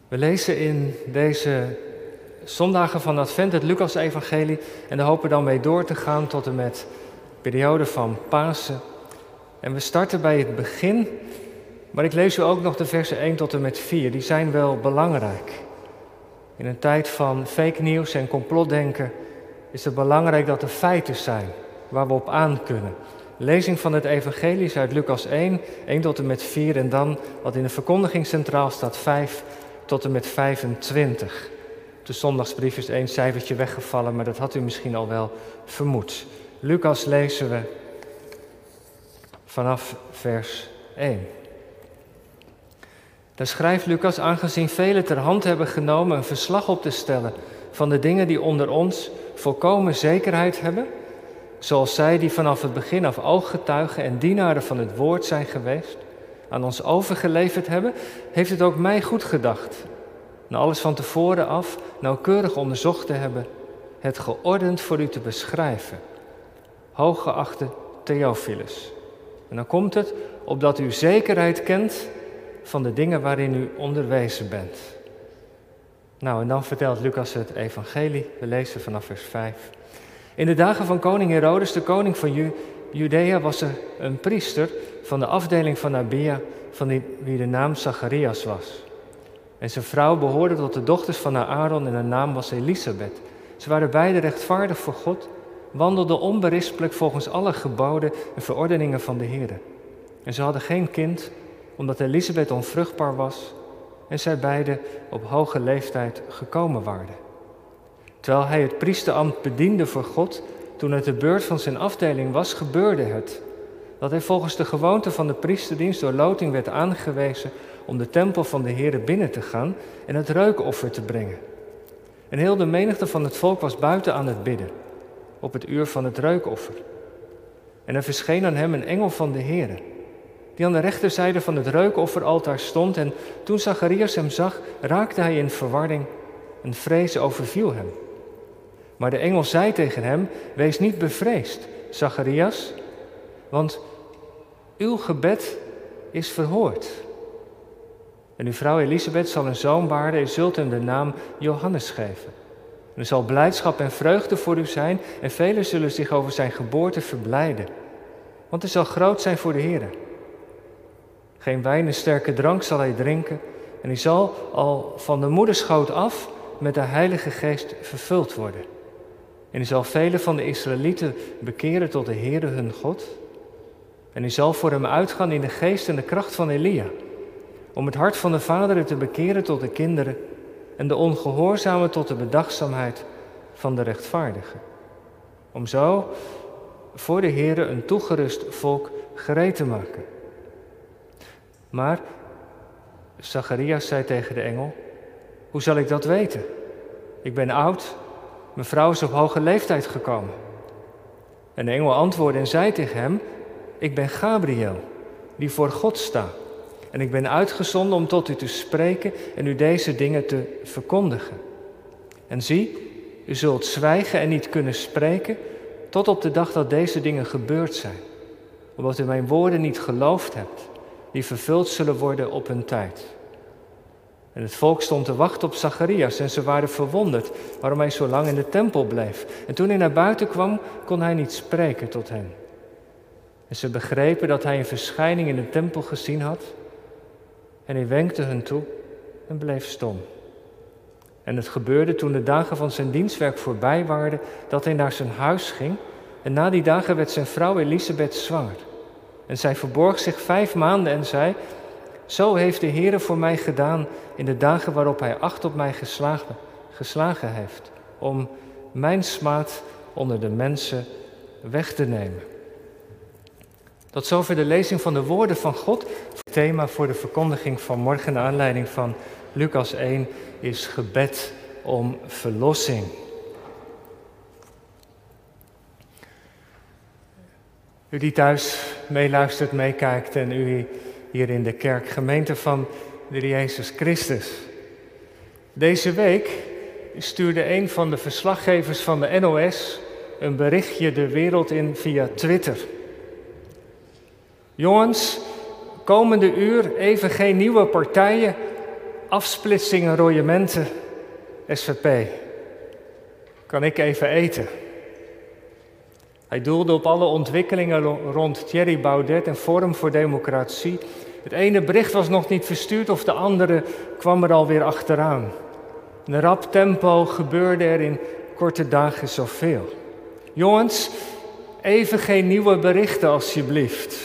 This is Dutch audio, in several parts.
We lezen in deze zondagen van Advent het Lucas-evangelie en daar hopen dan mee door te gaan tot en met de periode van Pasen. En we starten bij het begin, maar ik lees u ook nog de versen 1 tot en met 4. Die zijn wel belangrijk. In een tijd van fake news en complotdenken is het belangrijk dat er feiten zijn waar we op aan kunnen. Lezing van het evangelie is uit Lucas 1 tot en met 4 en dan wat in de verkondiging centraal staat 5 tot en met 25. Op de zondagsbrief is 1 cijfertje weggevallen, maar dat had u misschien al wel vermoed. Lucas lezen we vanaf vers 1. Daar schrijft Lucas, aangezien velen ter hand hebben genomen een verslag op te stellen van de dingen die onder ons volkomen zekerheid hebben, zoals zij die vanaf het begin af ooggetuigen en dienaren van het woord zijn geweest, aan ons overgeleverd hebben, heeft het ook mij goed gedacht, na alles van tevoren af nauwkeurig onderzocht te hebben, het geordend voor u te beschrijven. Hooggeachte Theophilus. En dan komt het, opdat u zekerheid kent van de dingen waarin u onderwezen bent. Nou, en dan vertelt Lucas het evangelie. We lezen vanaf vers 5. In de dagen van koning Herodes, de koning van Judea, was er een priester van de afdeling van Abia, van wie de naam Zacharias was. En zijn vrouw behoorde tot de dochters van Aaron en haar naam was Elisabeth. Ze waren beide rechtvaardig voor God, wandelden onberispelijk volgens alle geboden en verordeningen van de Heer. En ze hadden geen kind, omdat Elisabeth onvruchtbaar was en zij beiden op hoge leeftijd gekomen waren. Terwijl hij het priesterambt bediende voor God, toen het de beurt van zijn afdeling was, gebeurde het dat hij volgens de gewoonte van de priesterdienst door loting werd aangewezen om de tempel van de Heere binnen te gaan en het reukoffer te brengen. En heel de menigte van het volk was buiten aan het bidden, op het uur van het reukoffer. En er verscheen aan hem een engel van de Heere, die aan de rechterzijde van het reukofferaltaar stond. En toen Zacharias hem zag, raakte hij in verwarring en vrees overviel hem. Maar de engel zei tegen hem, wees niet bevreesd, Zacharias, want uw gebed is verhoord. En uw vrouw Elisabeth zal een zoon baren, u zult hem de naam Johannes geven. En er zal blijdschap en vreugde voor u zijn en velen zullen zich over zijn geboorte verblijden. Want hij zal groot zijn voor de Heere. Geen wijn en sterke drank zal hij drinken en hij zal al van de moederschoot af met de Heilige Geest vervuld worden. En hij zal velen van de Israëlieten bekeren tot de Heere hun God. En hij zal voor hem uitgaan in de geest en de kracht van Elia, om het hart van de vaderen te bekeren tot de kinderen en de ongehoorzamen tot de bedachtzaamheid van de rechtvaardigen. Om zo voor de Heere een toegerust volk gereed te maken. Maar Zacharias zei tegen de engel, hoe zal ik dat weten? Ik ben oud, mijn vrouw is op hoge leeftijd gekomen. En de engel antwoordde en zei tegen hem, ik ben Gabriel, die voor God sta. En ik ben uitgezonden om tot u te spreken en u deze dingen te verkondigen. En zie, u zult zwijgen en niet kunnen spreken tot op de dag dat deze dingen gebeurd zijn. Omdat u mijn woorden niet geloofd hebt, die vervuld zullen worden op hun tijd. En het volk stond te wachten op Zacharias en ze waren verwonderd waarom hij zo lang in de tempel bleef. En toen hij naar buiten kwam, kon hij niet spreken tot hen. En ze begrepen dat hij een verschijning in de tempel gezien had. En hij wenkte hun toe en bleef stom. En het gebeurde toen de dagen van zijn dienstwerk voorbij waren, dat hij naar zijn huis ging. En na die dagen werd zijn vrouw Elisabeth zwanger. En zij verborg zich 5 maanden en zei, zo heeft de Heere voor mij gedaan in de dagen waarop hij acht op mij geslagen heeft, om mijn smaad onder de mensen weg te nemen. Tot zover de lezing van de woorden van God. Het thema voor de verkondiging van morgen naar aanleiding van Lucas 1 is gebed om verlossing. U die thuis meeluistert, meekijkt en u hier in de kerk, gemeente van de Heer Jezus Christus. Deze week stuurde een van de verslaggevers van de NOS een berichtje de wereld in via Twitter. Jongens, komende uur even geen nieuwe partijen afsplitsingen, royementen, SVP. Kan ik even eten? Hij doelde op alle ontwikkelingen rond Thierry Baudet en Forum voor Democratie. Het ene bericht was nog niet verstuurd of de andere kwam er alweer achteraan. In een rap tempo gebeurde er in korte dagen zoveel. Jongens, even geen nieuwe berichten alsjeblieft.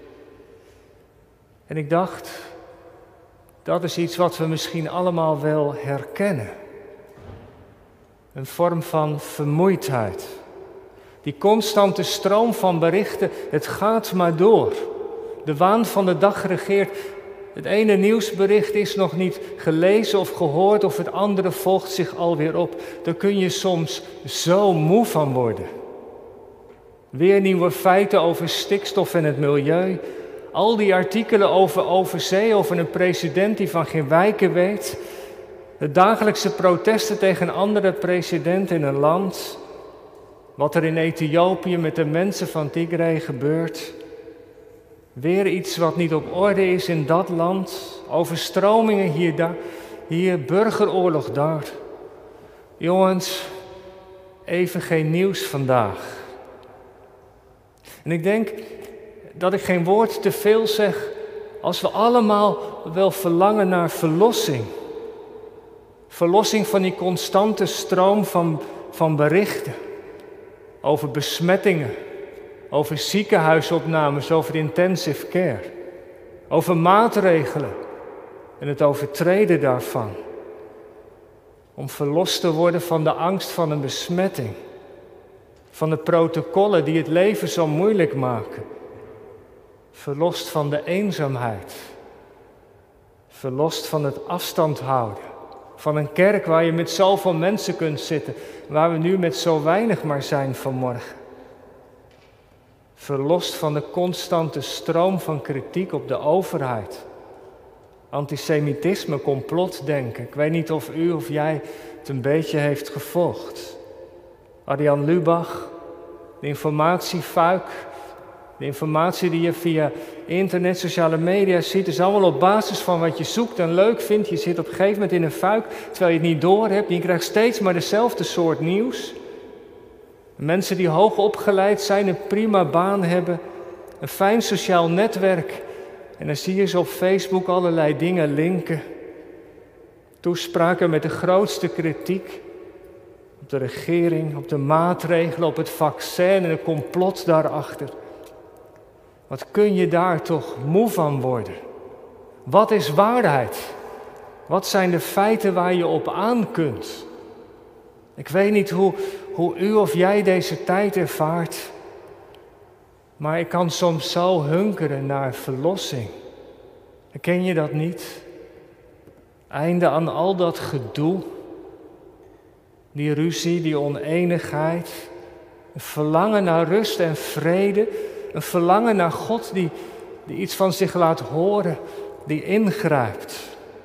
En ik dacht, dat is iets wat we misschien allemaal wel herkennen. Een vorm van vermoeidheid. Die constante stroom van berichten, het gaat maar door. De waan van de dag regeert. Het ene nieuwsbericht is nog niet gelezen of gehoord of het andere volgt zich alweer op. Daar kun je soms zo moe van worden. Weer nieuwe feiten over stikstof en het milieu. Al die artikelen over zee, over een president die van geen wijken weet. De dagelijkse protesten tegen een andere president in een land. Wat er in Ethiopië met de mensen van Tigray gebeurt. Weer iets wat niet op orde is in dat land. Overstromingen hier, burgeroorlog daar. Jongens, even geen nieuws vandaag. En ik denk dat ik geen woord te veel zeg als we allemaal wel verlangen naar verlossing. Verlossing van die constante stroom van berichten. Over besmettingen, over ziekenhuisopnames, over intensive care. Over maatregelen en het overtreden daarvan. Om verlost te worden van de angst van een besmetting. Van de protocollen die het leven zo moeilijk maken. Verlost van de eenzaamheid. Verlost van het afstand houden. Van een kerk waar je met zoveel mensen kunt zitten. Waar we nu met zo weinig maar zijn vanmorgen. Verlost van de constante stroom van kritiek op de overheid. Antisemitisme, complotdenken. Ik weet niet of u of jij het een beetje heeft gevolgd. Arjan Lubach, de informatiefuik. De informatie die je via internet, sociale media ziet, is allemaal op basis van wat je zoekt en leuk vindt. Je zit op een gegeven moment in een fuik, terwijl je het niet doorhebt. Je krijgt steeds maar dezelfde soort nieuws. Mensen die hoog opgeleid zijn, een prima baan hebben, een fijn sociaal netwerk. En dan zie je ze op Facebook allerlei dingen linken. Toespraken met de grootste kritiek. Op de regering, op de maatregelen, op het vaccin en het complot daarachter. Wat kun je daar toch moe van worden? Wat is waarheid? Wat zijn de feiten waar je op aan kunt? Ik weet niet hoe u of jij deze tijd ervaart, maar ik kan soms zo hunkeren naar verlossing. Herken je dat niet? Einde aan al dat gedoe, die ruzie, die oneenigheid, een verlangen naar rust en vrede, een verlangen naar God die iets van zich laat horen, die ingrijpt.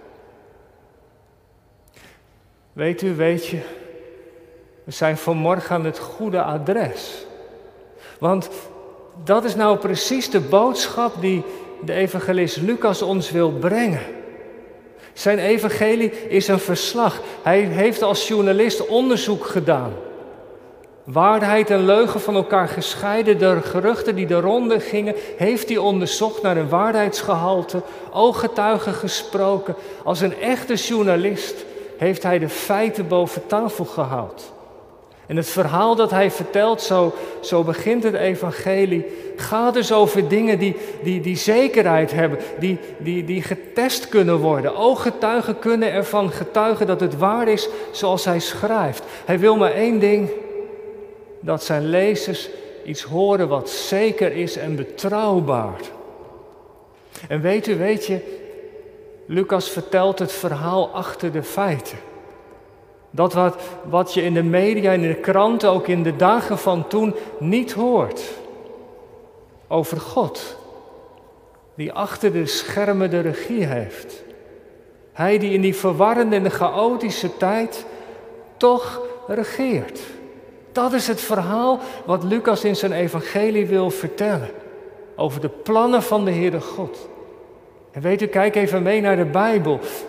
Weet je, we zijn vanmorgen aan het goede adres. Want dat is nou precies de boodschap die de evangelist Lucas ons wil brengen. Zijn evangelie is een verslag. Hij heeft als journalist onderzoek gedaan. Waarheid en leugen van elkaar gescheiden, de geruchten die de ronde gingen, heeft hij onderzocht naar een waarheidsgehalte, ooggetuigen gesproken. Als een echte journalist heeft hij de feiten boven tafel gehaald. En het verhaal dat hij vertelt, zo begint het evangelie, gaat dus over dingen die zekerheid hebben, die getest kunnen worden. Ooggetuigen kunnen ervan getuigen dat het waar is zoals hij schrijft. Hij wil maar één ding, dat zijn lezers iets horen wat zeker is en betrouwbaar. En weet je, Lucas vertelt het verhaal achter de feiten. Dat wat je in de media, in de kranten, ook in de dagen van toen niet hoort. Over God, die achter de schermen de regie heeft. Hij die in die verwarrende en de chaotische tijd toch regeert. Dat is het verhaal wat Lucas in zijn evangelie wil vertellen. Over de plannen van de Heere God. En weet u, kijk even mee naar de Bijbel.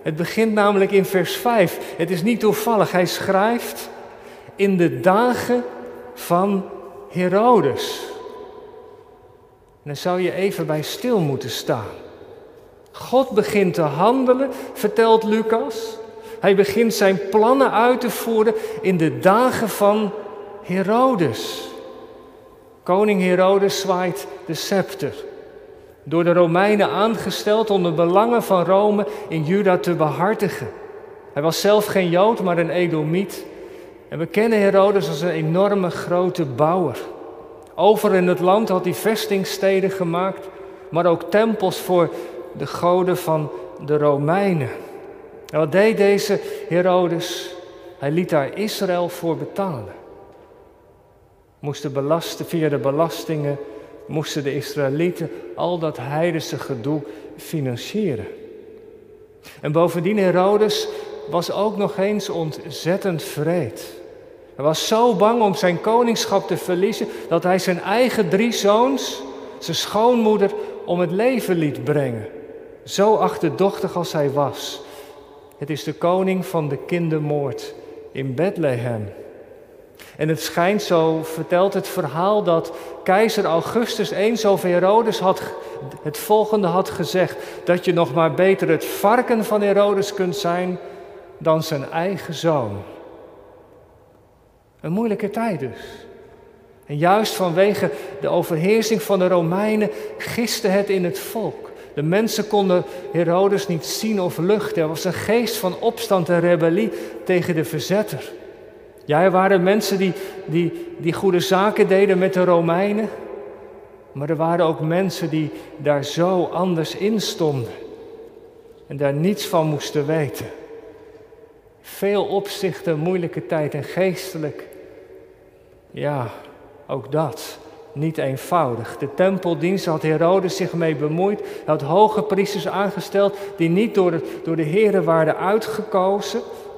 Het begint namelijk in vers 5. Het is niet toevallig. Hij schrijft in de dagen van Herodes. En daar zou je even bij stil moeten staan. God begint te handelen, vertelt Lucas. Hij begint zijn plannen uit te voeren in de dagen van Herodes. Koning Herodes zwaait de scepter. Door de Romeinen aangesteld om de belangen van Rome in Juda te behartigen. Hij was zelf geen Jood, maar een Edomiet. En we kennen Herodes als een enorme grote bouwer. Over in het land had hij vestingsteden gemaakt, maar ook tempels voor de goden van de Romeinen. En wat deed deze Herodes? Hij liet daar Israël voor betalen. Via de belastingen moesten de Israëlieten al dat heidense gedoe financieren. En bovendien, Herodes was ook nog eens ontzettend wreed. Hij was zo bang om zijn koningschap te verliezen dat hij zijn eigen 3 zoons, zijn schoonmoeder, om het leven liet brengen. Zo achterdochtig als hij was. Het is de koning van de kindermoord in Bethlehem. En het schijnt, zo vertelt het verhaal, dat keizer Augustus eens over Herodes het volgende had gezegd: dat je nog maar beter het varken van Herodes kunt zijn dan zijn eigen zoon. Een moeilijke tijd dus. En juist vanwege de overheersing van de Romeinen giste het in het volk. De mensen konden Herodes niet zien of luchten. Er was een geest van opstand en rebellie tegen de verzetter. Ja, er waren mensen die goede zaken deden met de Romeinen. Maar er waren ook mensen die daar zo anders in stonden. En daar niets van moesten weten. Veel opzichten, moeilijke tijd en geestelijk. Ja, ook dat. Niet eenvoudig. De tempeldienst had Herodes zich mee bemoeid. Hij had hoge priesters aangesteld die niet door de Here waren uitgekozen.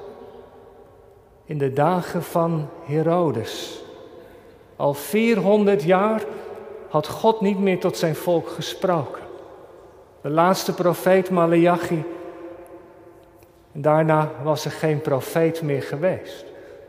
In de dagen van Herodes. Al 400 jaar had God niet meer tot zijn volk gesproken. De laatste profeet Maleachi. En daarna was er geen profeet meer geweest.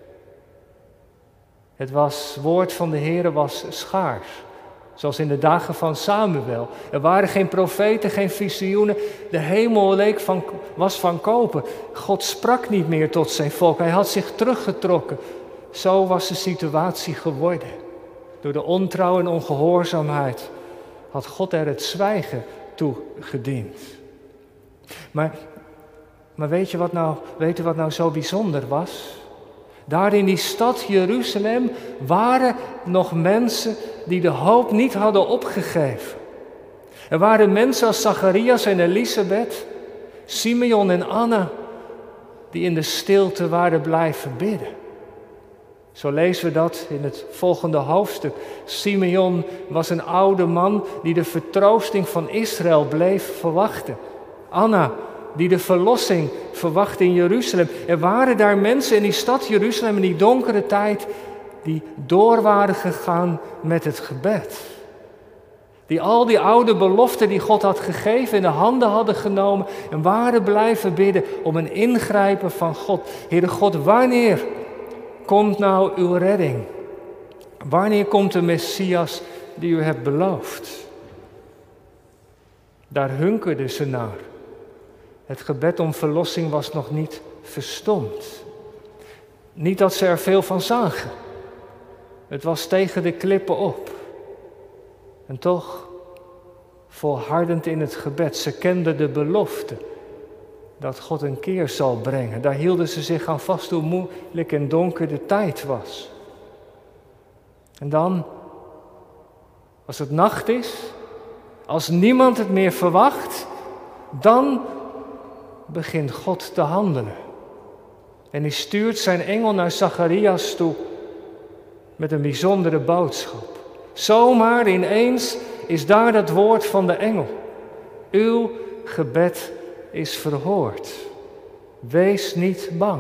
Het woord van de Heere was schaars. Zoals in de dagen van Samuel. Er waren geen profeten, geen visioenen. De hemel was van koper. God sprak niet meer tot zijn volk. Hij had zich teruggetrokken. Zo was de situatie geworden. Door de ontrouw en ongehoorzaamheid had God er het zwijgen toe gediend. Maar weet je wat nou zo bijzonder was? Daar in die stad Jeruzalem waren nog mensen die de hoop niet hadden opgegeven. Er waren mensen als Zacharias en Elisabeth, Simeon en Anna, die in de stilte waren blijven bidden. Zo lezen we dat in het volgende hoofdstuk. Simeon was een oude man die de vertroosting van Israël bleef verwachten. Anna, die de verlossing verwachtte in Jeruzalem. Er waren daar mensen in die stad Jeruzalem in die donkere tijd die door waren gegaan met het gebed. Die al die oude beloften die God had gegeven in de handen hadden genomen en waren blijven bidden om een ingrijpen van God. Heere God, wanneer komt nou uw redding? Wanneer komt de Messias die u hebt beloofd? Daar hunkerden ze naar. Het gebed om verlossing was nog niet verstomd. Niet dat ze er veel van zagen. Het was tegen de klippen op. En toch, volhardend in het gebed, ze kenden de belofte dat God een keer zal brengen. Daar hielden ze zich aan vast hoe moeilijk en donker de tijd was. En dan, als het nacht is, als niemand het meer verwacht, dan begint God te handelen. En hij stuurt zijn engel naar Zacharias toe met een bijzondere boodschap. Zomaar ineens is daar dat woord van de engel. Uw gebed is verhoord. Wees niet bang.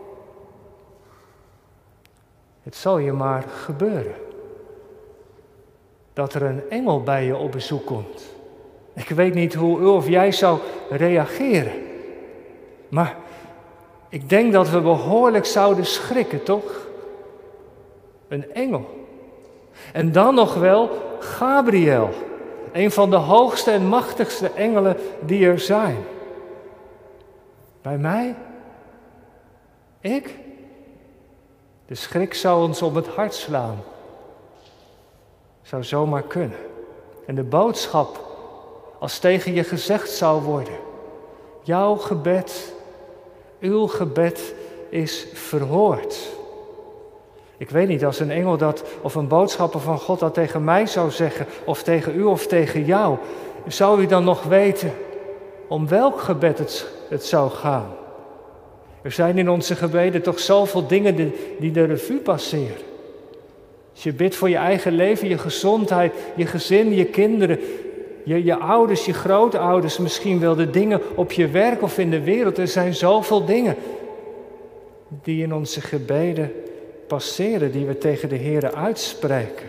Het zal je maar gebeuren. Dat er een engel bij je op bezoek komt. Ik weet niet hoe u of jij zou reageren. Maar ik denk dat we behoorlijk zouden schrikken, toch? Een engel. En dan nog wel Gabriel. Een van de hoogste en machtigste engelen die er zijn. Bij mij? Ik? De schrik zou ons om het hart slaan. Zou zomaar kunnen. En de boodschap, als tegen je gezegd zou worden: jouw gebed, uw gebed is verhoord. Ik weet niet, als een engel dat, of een boodschapper van God dat tegen mij zou zeggen, of tegen u of tegen jou, zou u dan nog weten om welk gebed het zou gaan? Er zijn in onze gebeden toch zoveel dingen die de revue passeren. Als je bidt voor je eigen leven, je gezondheid, je gezin, je kinderen, je ouders, je grootouders, misschien wel de dingen op je werk of in de wereld. Er zijn zoveel dingen die in onze gebeden passeren, die we tegen de Heere uitspreken.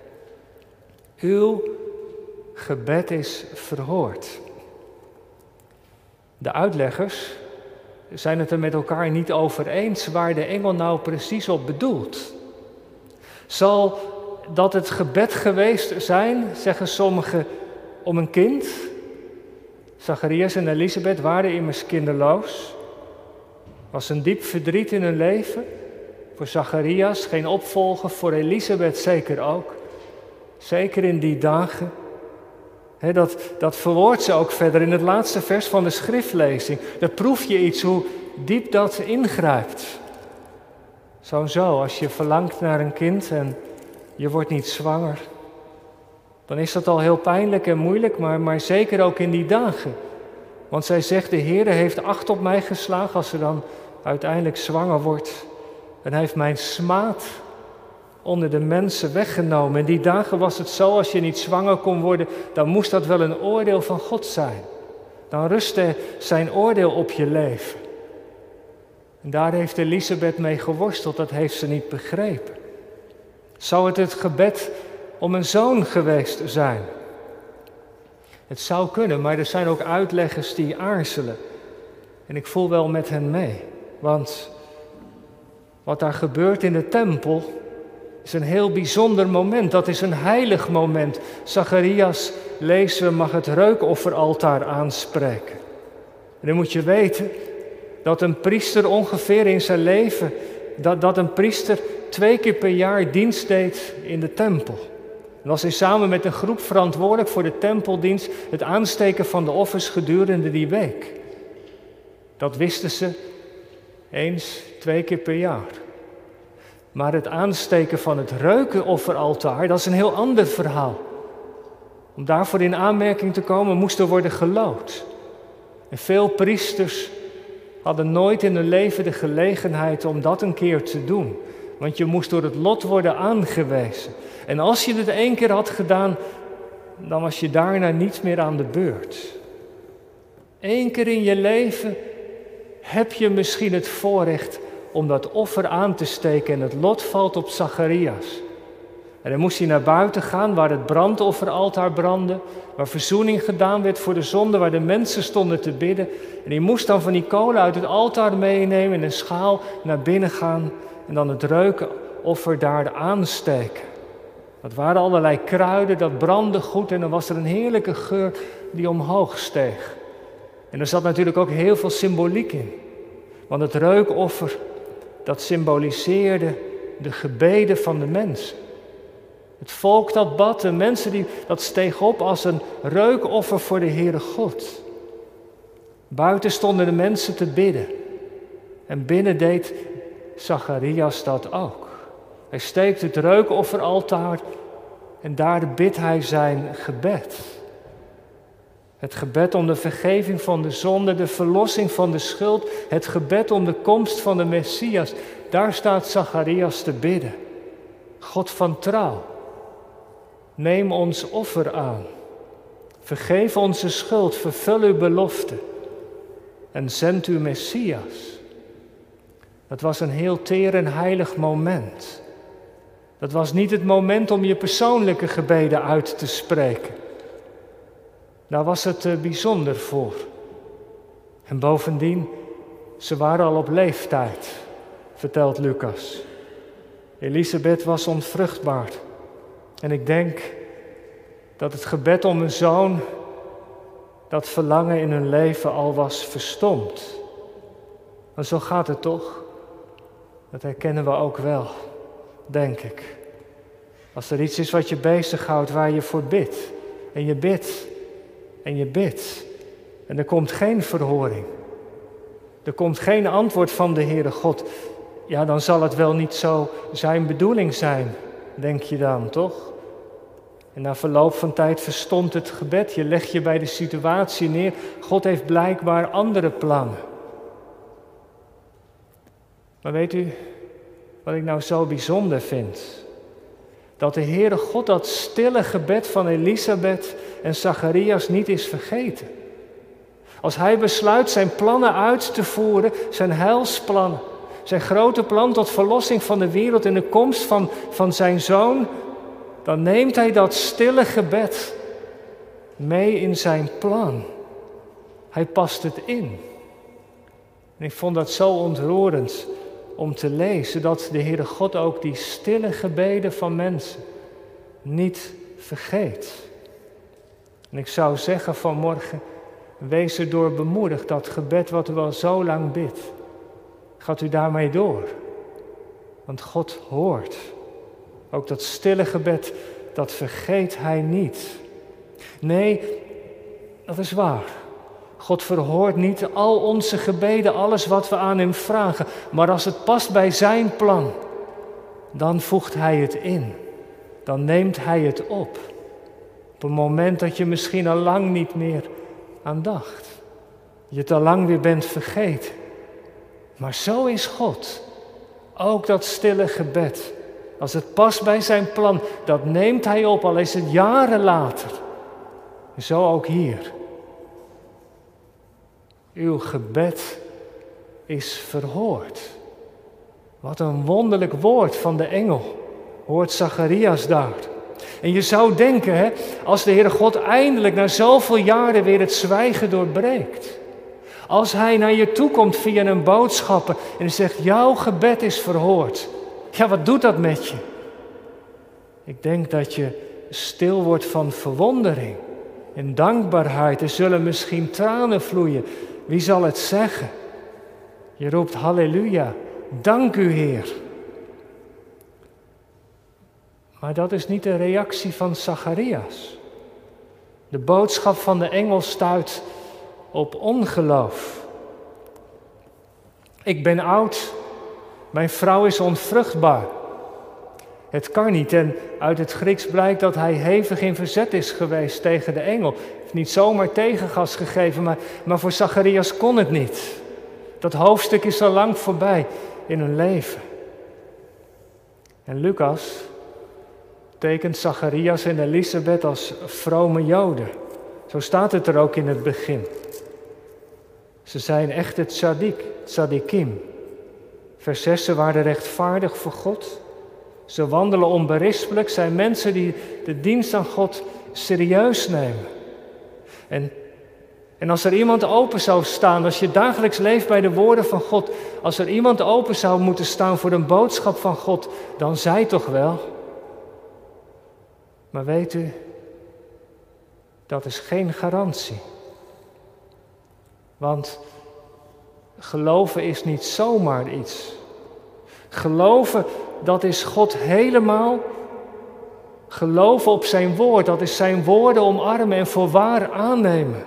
Uw gebed is verhoord. De uitleggers zijn het er met elkaar niet over eens waar de engel nou precies op bedoelt. Zal dat het gebed geweest zijn, zeggen sommigen, om een kind? Zacharias en Elisabeth waren immers kinderloos. Was een diep verdriet in hun leven. Voor Zacharias geen opvolger, voor Elisabeth zeker ook. Zeker in die dagen. Dat verwoordt ze ook verder in het laatste vers van de schriftlezing. Daar proef je iets hoe diep dat ingrijpt. Zo, als je verlangt naar een kind en je wordt niet zwanger, dan is dat al heel pijnlijk en moeilijk, maar zeker ook in die dagen. Want zij zegt, de Heere heeft acht op mij geslagen als ze dan uiteindelijk zwanger wordt. En hij heeft mijn smaad onder de mensen weggenomen. In die dagen was het zo, als je niet zwanger kon worden, dan moest dat wel een oordeel van God zijn. Dan rustte zijn oordeel op je leven. En daar heeft Elisabeth mee geworsteld, dat heeft ze niet begrepen. Zou het gebed om een zoon geweest zijn? Het zou kunnen, maar er zijn ook uitleggers die aarzelen. En ik voel wel met hen mee. Want wat daar gebeurt in de tempel is een heel bijzonder moment. Dat is een heilig moment. Zacharias, lezen we, mag het reukofferaltaar aanspreken. En dan moet je weten dat een priester ongeveer in zijn leven, dat een priester 2 keer per jaar dienst deed in de tempel. En was hij samen met een groep verantwoordelijk voor de tempeldienst, het aansteken van de offers gedurende die week. Dat wisten ze 2 keer per jaar. Maar het aansteken van het reukofferaltaar, dat is een heel ander verhaal. Om daarvoor in aanmerking te komen moest er worden geloot. En veel priesters hadden nooit in hun leven de gelegenheid om dat een keer te doen. Want je moest door het lot worden aangewezen. En als je het 1 keer had gedaan, dan was je daarna niet meer aan de beurt. 1 keer in je leven heb je misschien het voorrecht om dat offer aan te steken en het lot valt op Zacharias. En dan moest hij naar buiten gaan waar het brandofferaltaar brandde, waar verzoening gedaan werd voor de zonde, waar de mensen stonden te bidden. En hij moest dan van die kolen uit het altaar meenemen in een schaal naar binnen gaan en dan het reukoffer daar aansteken. Dat waren allerlei kruiden, dat brandde goed en dan was er een heerlijke geur die omhoog steeg. En er zat natuurlijk ook heel veel symboliek in. Want het reukoffer, dat symboliseerde de gebeden van de mensen. Het volk dat bad, de mensen dat steeg op als een reukoffer voor de Heere God. Buiten stonden de mensen te bidden. En binnen deed Zacharias dat ook. Hij steekt het reukofferaltaar en daar bidt hij zijn gebed. Het gebed om de vergeving van de zonde, de verlossing van de schuld, het gebed om de komst van de Messias. Daar staat Zacharias te bidden. God van trouw, neem ons offer aan. Vergeef onze schuld, vervul uw belofte en zend uw Messias. Dat was een heel teer en heilig moment. Dat was niet het moment om je persoonlijke gebeden uit te spreken. Daar was het bijzonder voor. En bovendien, Ze waren al op leeftijd, vertelt Lucas. Elisabeth was onvruchtbaar. En ik denk dat het gebed om een zoon, dat verlangen in hun leven al was verstomd. Maar zo gaat het toch? Dat herkennen we ook wel, denk ik. Als er iets is wat je bezighoudt, waar je voor bidt. En je bidt. En je bidt. En er komt geen verhoring. Er komt geen antwoord van de Heere God. Ja, dan zal het wel niet zo zijn bedoeling zijn, denk je dan, toch? En na verloop van tijd verstomt het gebed. Je legt je bij de situatie neer. God heeft blijkbaar andere plannen. Maar weet u wat ik nou zo bijzonder vind? Dat de Heere God dat stille gebed van Elisabeth en Zacharias niet is vergeten. Als hij besluit zijn plannen uit te voeren, zijn heilsplannen, zijn grote plan tot verlossing van de wereld en de komst van zijn zoon, dan neemt hij dat stille gebed mee in zijn plan. Hij past het in. En ik vond dat zo ontroerend om te lezen, dat de Heere God ook die stille gebeden van mensen niet vergeet. En ik zou zeggen vanmorgen, wees erdoor bemoedigd, dat gebed wat u al zo lang bidt. Gaat u daarmee door. Want God hoort. Ook dat stille gebed, dat vergeet hij niet. Nee, dat is waar. God verhoort niet al onze gebeden, alles wat we aan hem vragen. Maar als het past bij zijn plan, dan voegt hij het in. Dan neemt hij het op. Op een moment dat je misschien al lang niet meer aan dacht. Je het al lang weer bent vergeten. Maar zo is God. Ook dat stille gebed. Als het past bij zijn plan, dat neemt hij op, al is het jaren later. Zo ook hier. Uw gebed is verhoord. Wat een wonderlijk woord van de engel, hoort Zacharias daar. En je zou denken, als de Heere God eindelijk na zoveel jaren weer het zwijgen doorbreekt. Als hij naar je toe komt via een boodschapper en zegt, jouw gebed is verhoord. Ja, wat doet dat met je? Ik denk dat je stil wordt van verwondering en dankbaarheid. Er zullen misschien tranen vloeien. Wie zal het zeggen? Je roept halleluja, dank u Heer. Maar dat is niet de reactie van Zacharias. De boodschap van de engel stuit op ongeloof. Ik ben oud, mijn vrouw is onvruchtbaar. Het kan niet en uit het Grieks blijkt dat hij hevig in verzet is geweest tegen de engel. Hij heeft niet zomaar tegengas gegeven, maar voor Zacharias kon het niet. Dat hoofdstuk is al lang voorbij in hun leven. En Lucas tekent Zacharias en Elisabeth als vrome Joden. Zo staat het er ook in het begin. Ze zijn echte tzadikim. Vers 6, ze waren rechtvaardig voor God. Ze wandelen onberispelijk, zijn mensen die de dienst aan God serieus nemen. En als er iemand open zou staan, als je dagelijks leeft bij de woorden van God, als er iemand open zou moeten staan voor een boodschap van God, dan zij toch wel. Maar weet u, dat is geen garantie. Want geloven is niet zomaar iets. Geloven, dat is God helemaal. Geloven op zijn woord, dat is zijn woorden omarmen en voor waar aannemen.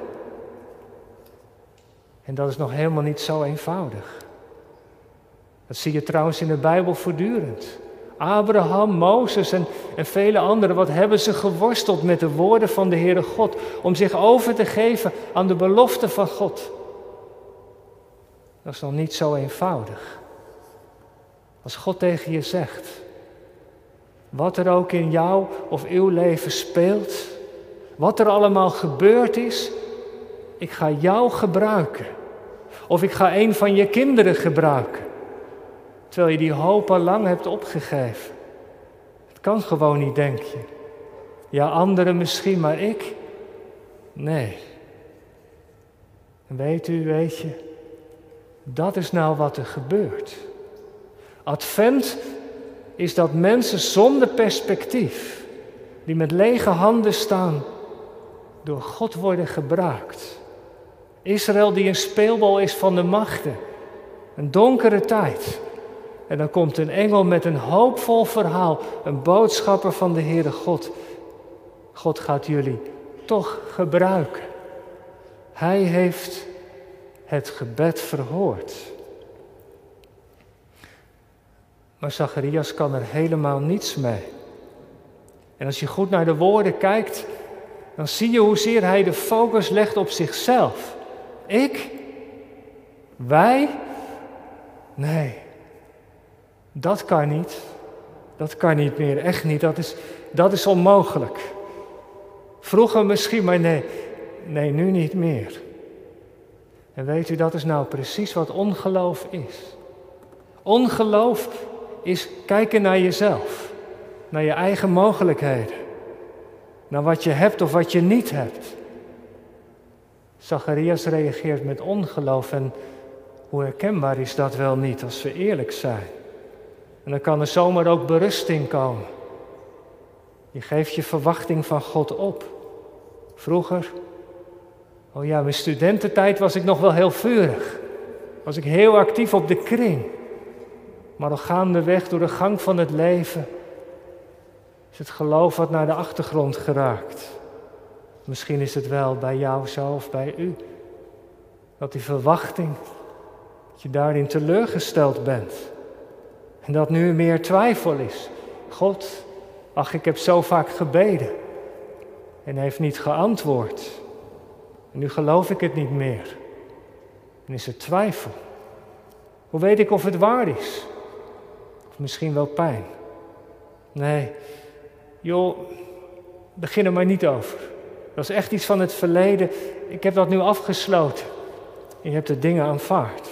En dat is nog helemaal niet zo eenvoudig. Dat zie je trouwens in de Bijbel voortdurend. Abraham, Mozes en vele anderen, wat hebben ze geworsteld met de woorden van de Heere God, om zich over te geven aan de belofte van God. Dat is nog niet zo eenvoudig. Als God tegen je zegt, wat er ook in jou of uw leven speelt, wat er allemaal gebeurd is, ik ga jou gebruiken. Of ik ga een van je kinderen gebruiken. Terwijl je die hoop al lang hebt opgegeven. Het kan gewoon niet, denk je. Ja, anderen misschien, maar ik? Nee. En weet je, Dat is nou wat er gebeurt. Advent is dat mensen zonder perspectief, die met lege handen staan, door God worden gebruikt. Israël die een speelbal is van de machten. Een donkere tijd. En dan komt een engel met een hoopvol verhaal. Een boodschapper van de Heere God. God gaat jullie toch gebruiken. Hij heeft het gebed verhoord. Maar Zacharias kan er helemaal niets mee. En als je goed naar de woorden kijkt, dan zie je hoezeer hij de focus legt op zichzelf. Ik? Wij? Nee, dat kan niet. Dat kan niet meer, echt niet. Dat is onmogelijk. Vroeger misschien, maar nee, nu niet meer. En weet u, dat is nou precies wat ongeloof is. Ongeloof is kijken naar jezelf, naar je eigen mogelijkheden, naar wat je hebt of wat je niet hebt. Zacharias reageert met ongeloof en hoe herkenbaar is dat wel niet als we eerlijk zijn. En dan kan er zomaar ook berusting komen. Je geeft je verwachting van God op. Vroeger, mijn studententijd was ik nog wel heel vurig. Was ik heel actief op de kring. Maar al gaandeweg door de gang van het leven is het geloof wat naar de achtergrond geraakt. Misschien is het wel bij jou zo of bij u. Dat die verwachting, dat je daarin teleurgesteld bent. En dat nu meer twijfel is. God, ik heb zo vaak gebeden. En hij heeft niet geantwoord. En nu geloof ik het niet meer. En is er twijfel. Hoe weet ik of het waar is? Of misschien wel pijn. Nee, begin er maar niet over. Dat is echt iets van het verleden. Ik heb dat nu afgesloten. En je hebt de dingen aanvaard.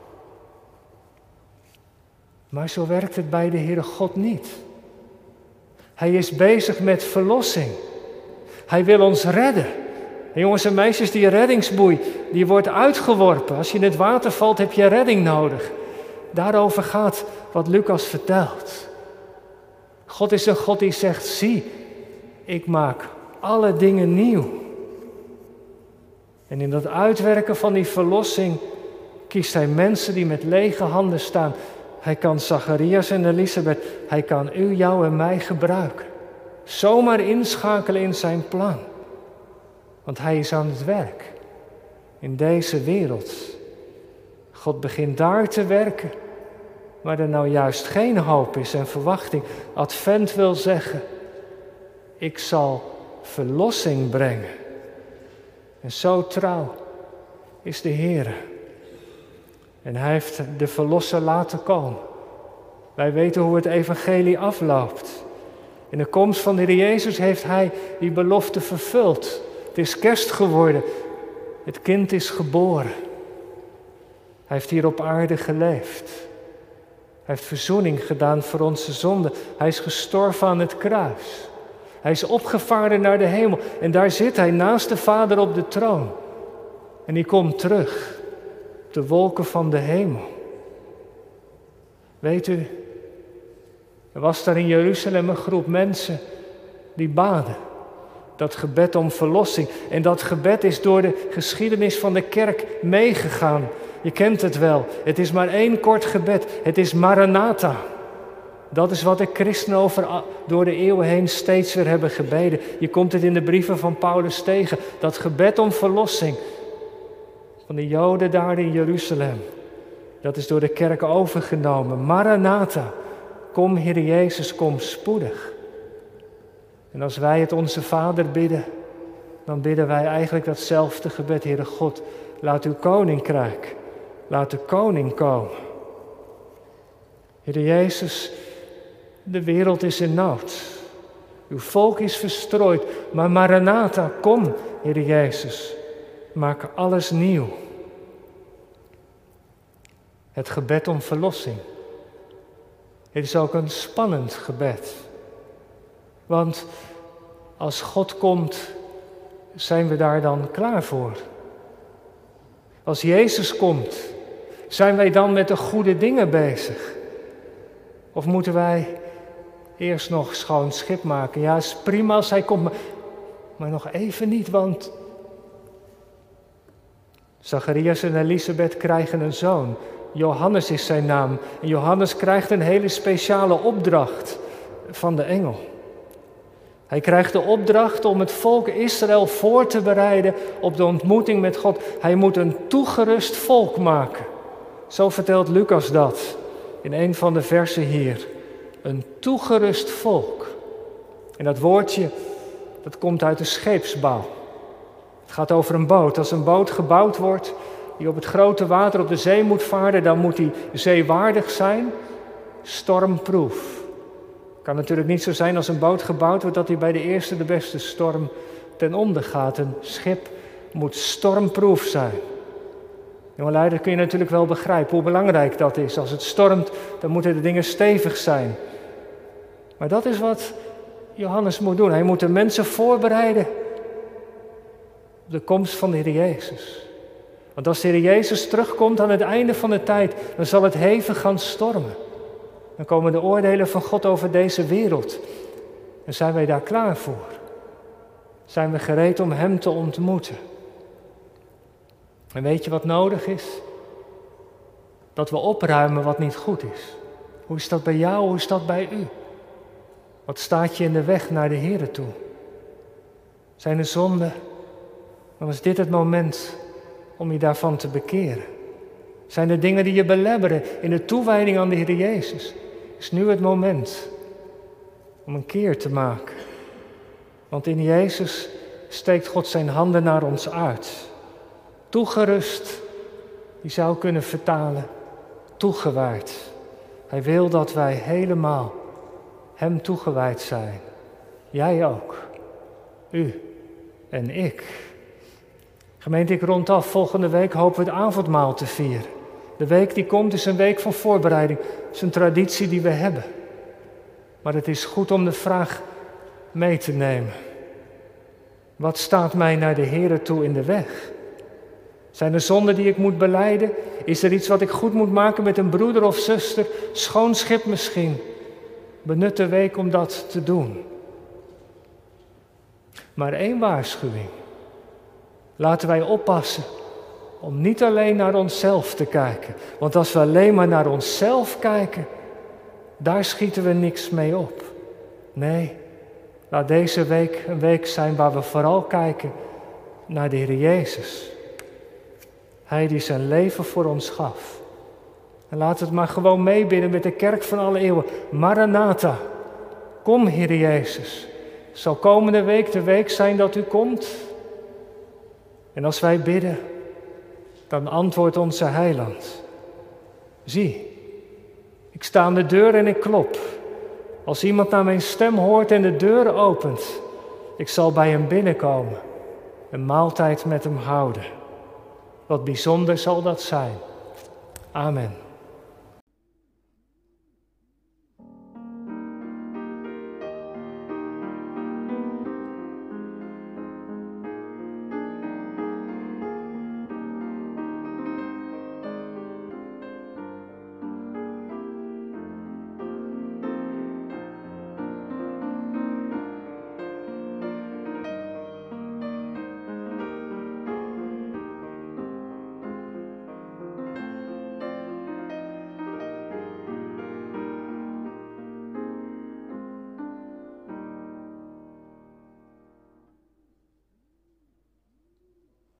Maar zo werkt het bij de Heere God niet. Hij is bezig met verlossing. Hij wil ons redden. En jongens en meisjes, die reddingsboei, die wordt uitgeworpen. Als je in het water valt, heb je redding nodig. Daarover gaat wat Lucas vertelt. God is een God die zegt, zie, ik maak alle dingen nieuw. En in dat uitwerken van die verlossing kiest hij mensen die met lege handen staan. Hij kan Zacharias en Elisabeth, hij kan u, jou en mij gebruiken. Zomaar inschakelen in zijn plan. Want hij is aan het werk. In deze wereld. God begint daar te werken. Waar er nou juist geen hoop is en verwachting. Advent wil zeggen, ik zal verlossing brengen. En zo trouw is de Heere. En hij heeft de verlosser laten komen. Wij weten hoe het evangelie afloopt. In de komst van de Heer Jezus heeft hij die belofte vervuld. Het is kerst geworden. Het kind is geboren. Hij heeft hier op aarde geleefd. Hij heeft verzoening gedaan voor onze zonden. Hij is gestorven aan het kruis. Hij is opgevaren naar de hemel. En daar zit hij naast de Vader op de troon. En die komt terug. Op de wolken van de hemel. Weet u, er was daar in Jeruzalem een groep mensen die baden. Dat gebed om verlossing. En dat gebed is door de geschiedenis van de kerk meegegaan. Je kent het wel. Het is maar één kort gebed. Het is Maranatha. Dat is wat de christenen door de eeuwen heen steeds weer hebben gebeden. Je komt het in de brieven van Paulus tegen. Dat gebed om verlossing van de Joden daar in Jeruzalem. Dat is door de kerk overgenomen. Maranatha. Kom Heer Jezus, kom spoedig. En als wij het onze Vader bidden, dan bidden wij eigenlijk datzelfde gebed. Heere God, laat uw koninkrijk, laat de koning komen. Heere Jezus, de wereld is in nood. Uw volk is verstrooid, maar Maranatha, kom, Heere Jezus, maak alles nieuw. Het gebed om verlossing. Het is ook een spannend gebed. Want als God komt, zijn we daar dan klaar voor? Als Jezus komt, Zijn wij dan met de goede dingen bezig? Of moeten wij eerst nog schoon schip maken? Ja, is prima als hij komt, maar nog even niet, want Zacharias en Elisabeth krijgen een zoon. Johannes is zijn naam. En Johannes krijgt een hele speciale opdracht van de engel. Hij krijgt de opdracht om het volk Israël voor te bereiden op de ontmoeting met God. Hij moet een toegerust volk maken. Zo vertelt Lucas dat in een van de versen hier. Een toegerust volk. En dat woordje, dat komt uit de scheepsbouw. Het gaat over een boot. Als een boot gebouwd wordt die op het grote water op de zee moet varen, dan moet die zeewaardig zijn, stormproof. Het kan natuurlijk niet zo zijn als een boot gebouwd wordt dat hij bij de eerste de beste storm ten onder gaat. Een schip moet stormproof zijn. Jongelui, dat kun je natuurlijk wel begrijpen hoe belangrijk dat is. Als het stormt, dan moeten de dingen stevig zijn. Maar dat is wat Johannes moet doen. Hij moet de mensen voorbereiden op de komst van de Heer Jezus. Want als de Heer Jezus terugkomt aan het einde van de tijd, dan zal het hevig gaan stormen. Dan komen de oordelen van God over deze wereld. En zijn wij daar klaar voor? Zijn we gereed om Hem te ontmoeten? En weet je wat nodig is? Dat we opruimen wat niet goed is. Hoe is dat bij jou? Hoe is dat bij u? Wat staat je in de weg naar de Here toe? Zijn er zonden? Dan is dit het moment om je daarvan te bekeren. Zijn er dingen die je belemmeren in de toewijding aan de Heer Jezus? Is nu het moment om een keer te maken. Want in Jezus steekt God zijn handen naar ons uit. Toegerust, die zou kunnen vertalen, toegewijd. Hij wil dat wij helemaal Hem toegewijd zijn. Jij ook. U en ik. Gemeente, ik rond af. Volgende week hopen we het avondmaal te vieren. De week die komt is een week van voorbereiding. Het is een traditie die we hebben. Maar het is goed om de vraag mee te nemen. Wat staat mij naar de Here toe in de weg? Zijn er zonden die ik moet belijden? Is er iets wat ik goed moet maken met een broeder of zuster? Schoon schip misschien. Benut de week om dat te doen. Maar één waarschuwing. Laten wij oppassen om niet alleen naar onszelf te kijken. Want als we alleen maar naar onszelf kijken, daar schieten we niks mee op. Nee, laat deze week een week zijn waar we vooral kijken naar de Heer Jezus. Hij die zijn leven voor ons gaf. En laat het maar gewoon meebidden met de kerk van alle eeuwen. Maranatha, kom Heer Jezus. Zal komende week de week zijn dat u komt? En als wij bidden, dan antwoordt onze Heiland. Zie, ik sta aan de deur en ik klop. Als iemand naar mijn stem hoort en de deur opent, ik zal bij hem binnenkomen, een maaltijd met hem houden. Wat bijzonder zal dat zijn. Amen.